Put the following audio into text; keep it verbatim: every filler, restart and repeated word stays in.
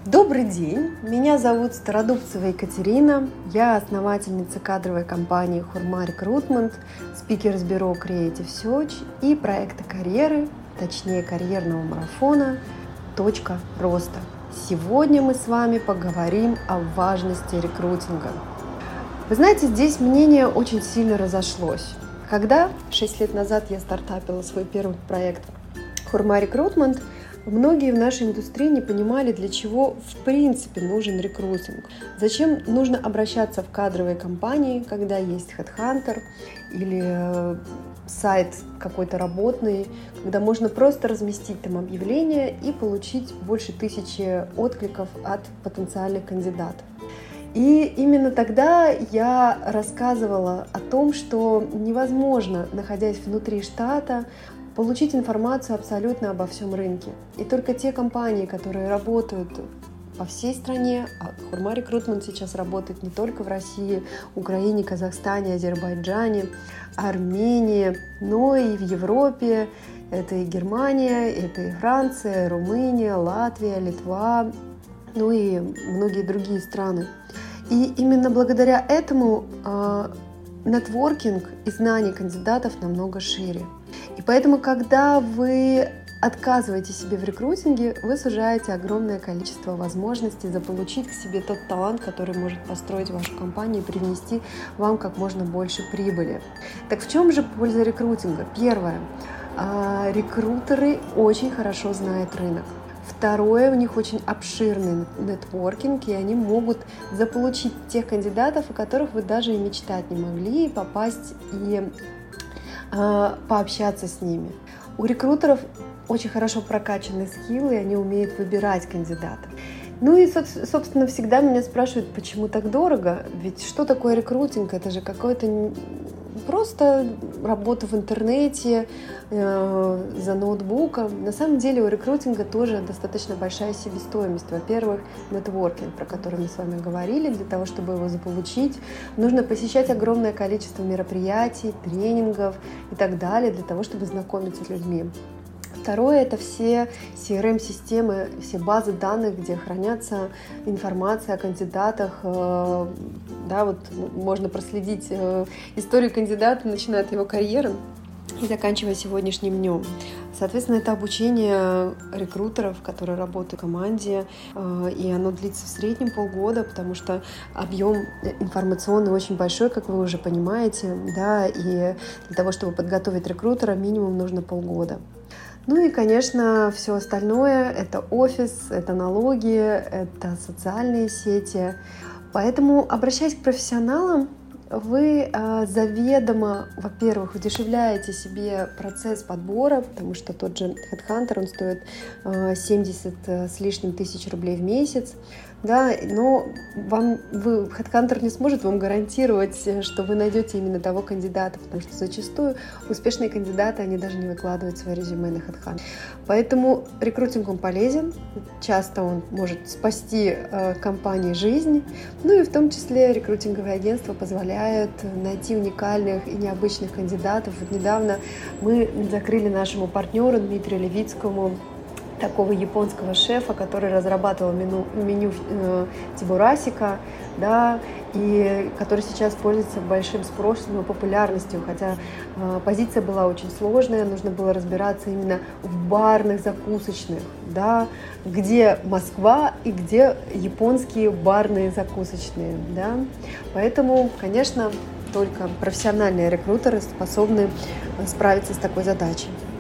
Добрый день, меня зовут Стародубцева Екатерина, я основательница кадровой компании Хурма Recruitment, спикер с бюро Creative Search и проекта карьеры, точнее карьерного марафона «Точка роста». Сегодня мы с вами поговорим о важности рекрутинга. Вы знаете, здесь мнение очень сильно разошлось. Когда шесть лет назад я стартапила свой первый проект Хурма Recruitment, многие в нашей индустрии не понимали, для чего в принципе нужен рекрутинг. Зачем нужно обращаться в кадровые компании, когда есть HeadHunter или сайт какой-то работный, когда можно просто разместить там объявление и получить больше тысячи откликов от потенциальных кандидатов. И именно тогда я рассказывала о том, что невозможно, находясь внутри штата, получить информацию абсолютно обо всем рынке. И только те компании, которые работают по всей стране, а Хурма Recruitment сейчас работает не только в России, Украине, Казахстане, Азербайджане, Армении, но и в Европе. Это и Германия, это и Франция, Румыния, Латвия, Литва, ну и многие другие страны. И именно благодаря этому э, нетворкинг и знание кандидатов намного шире. И поэтому, когда вы отказываете себе в рекрутинге, вы сужаете огромное количество возможностей заполучить к себе тот талант, который может построить вашу компанию и принести вам как можно больше прибыли. Так в чем же польза рекрутинга? Первое. Рекрутеры очень хорошо знают рынок. Второе, у них очень обширный нетворкинг, и они могут заполучить тех кандидатов, о которых вы даже и мечтать не могли, и попасть и э, пообщаться с ними. У рекрутеров очень хорошо прокачаны скиллы, и они умеют выбирать кандидатов. Ну и, собственно, всегда меня спрашивают, почему так дорого? Ведь что такое рекрутинг? Это же какой-то просто работа в интернете, э, за ноутбуком. На самом деле у рекрутинга тоже достаточно большая себестоимость. Во-первых, нетворкинг, про который мы с вами говорили, для того, чтобы его заполучить, нужно посещать огромное количество мероприятий, тренингов и так далее, для того, чтобы знакомиться с людьми. Второе – это все си ар эм-системы, все базы данных, где хранятся информация о кандидатах. Да, вот можно проследить историю кандидата, начиная от его карьеры и заканчивая сегодняшним днем. Соответственно, это обучение рекрутеров, которые работают в команде, и оно длится в среднем полгода, потому что объем информационный очень большой, как вы уже понимаете, да, и для того, чтобы подготовить рекрутера, минимум нужно полгода. Ну и, конечно, все остальное – это офис, это налоги, это социальные сети. Поэтому, обращаясь к профессионалам, вы э, заведомо, во-первых, удешевляете себе процесс подбора, потому что тот же HeadHunter, он стоит э, семьдесят с лишним тысяч рублей в месяц, да, но вам, вы, HeadHunter не сможет вам гарантировать, что вы найдете именно того кандидата, потому что зачастую успешные кандидаты, они даже не выкладывают свои резюме на HeadHunter. Поэтому рекрутинг он полезен, часто он может спасти э, компании жизнь, ну и в том числе рекрутинговые агентства позволяют найти уникальных и необычных кандидатов. Вот недавно мы закрыли нашему партнеру Дмитрию Левицкому, такого японского шефа, который разрабатывал меню, меню э, Тибурасика, да, и который сейчас пользуется большим спросом и популярностью, хотя э, позиция была очень сложная, нужно было разбираться именно в барных закусочных, да, где Москва и где японские барные закусочные, да. Поэтому, конечно, только профессиональные рекрутеры способны справиться с такой задачей.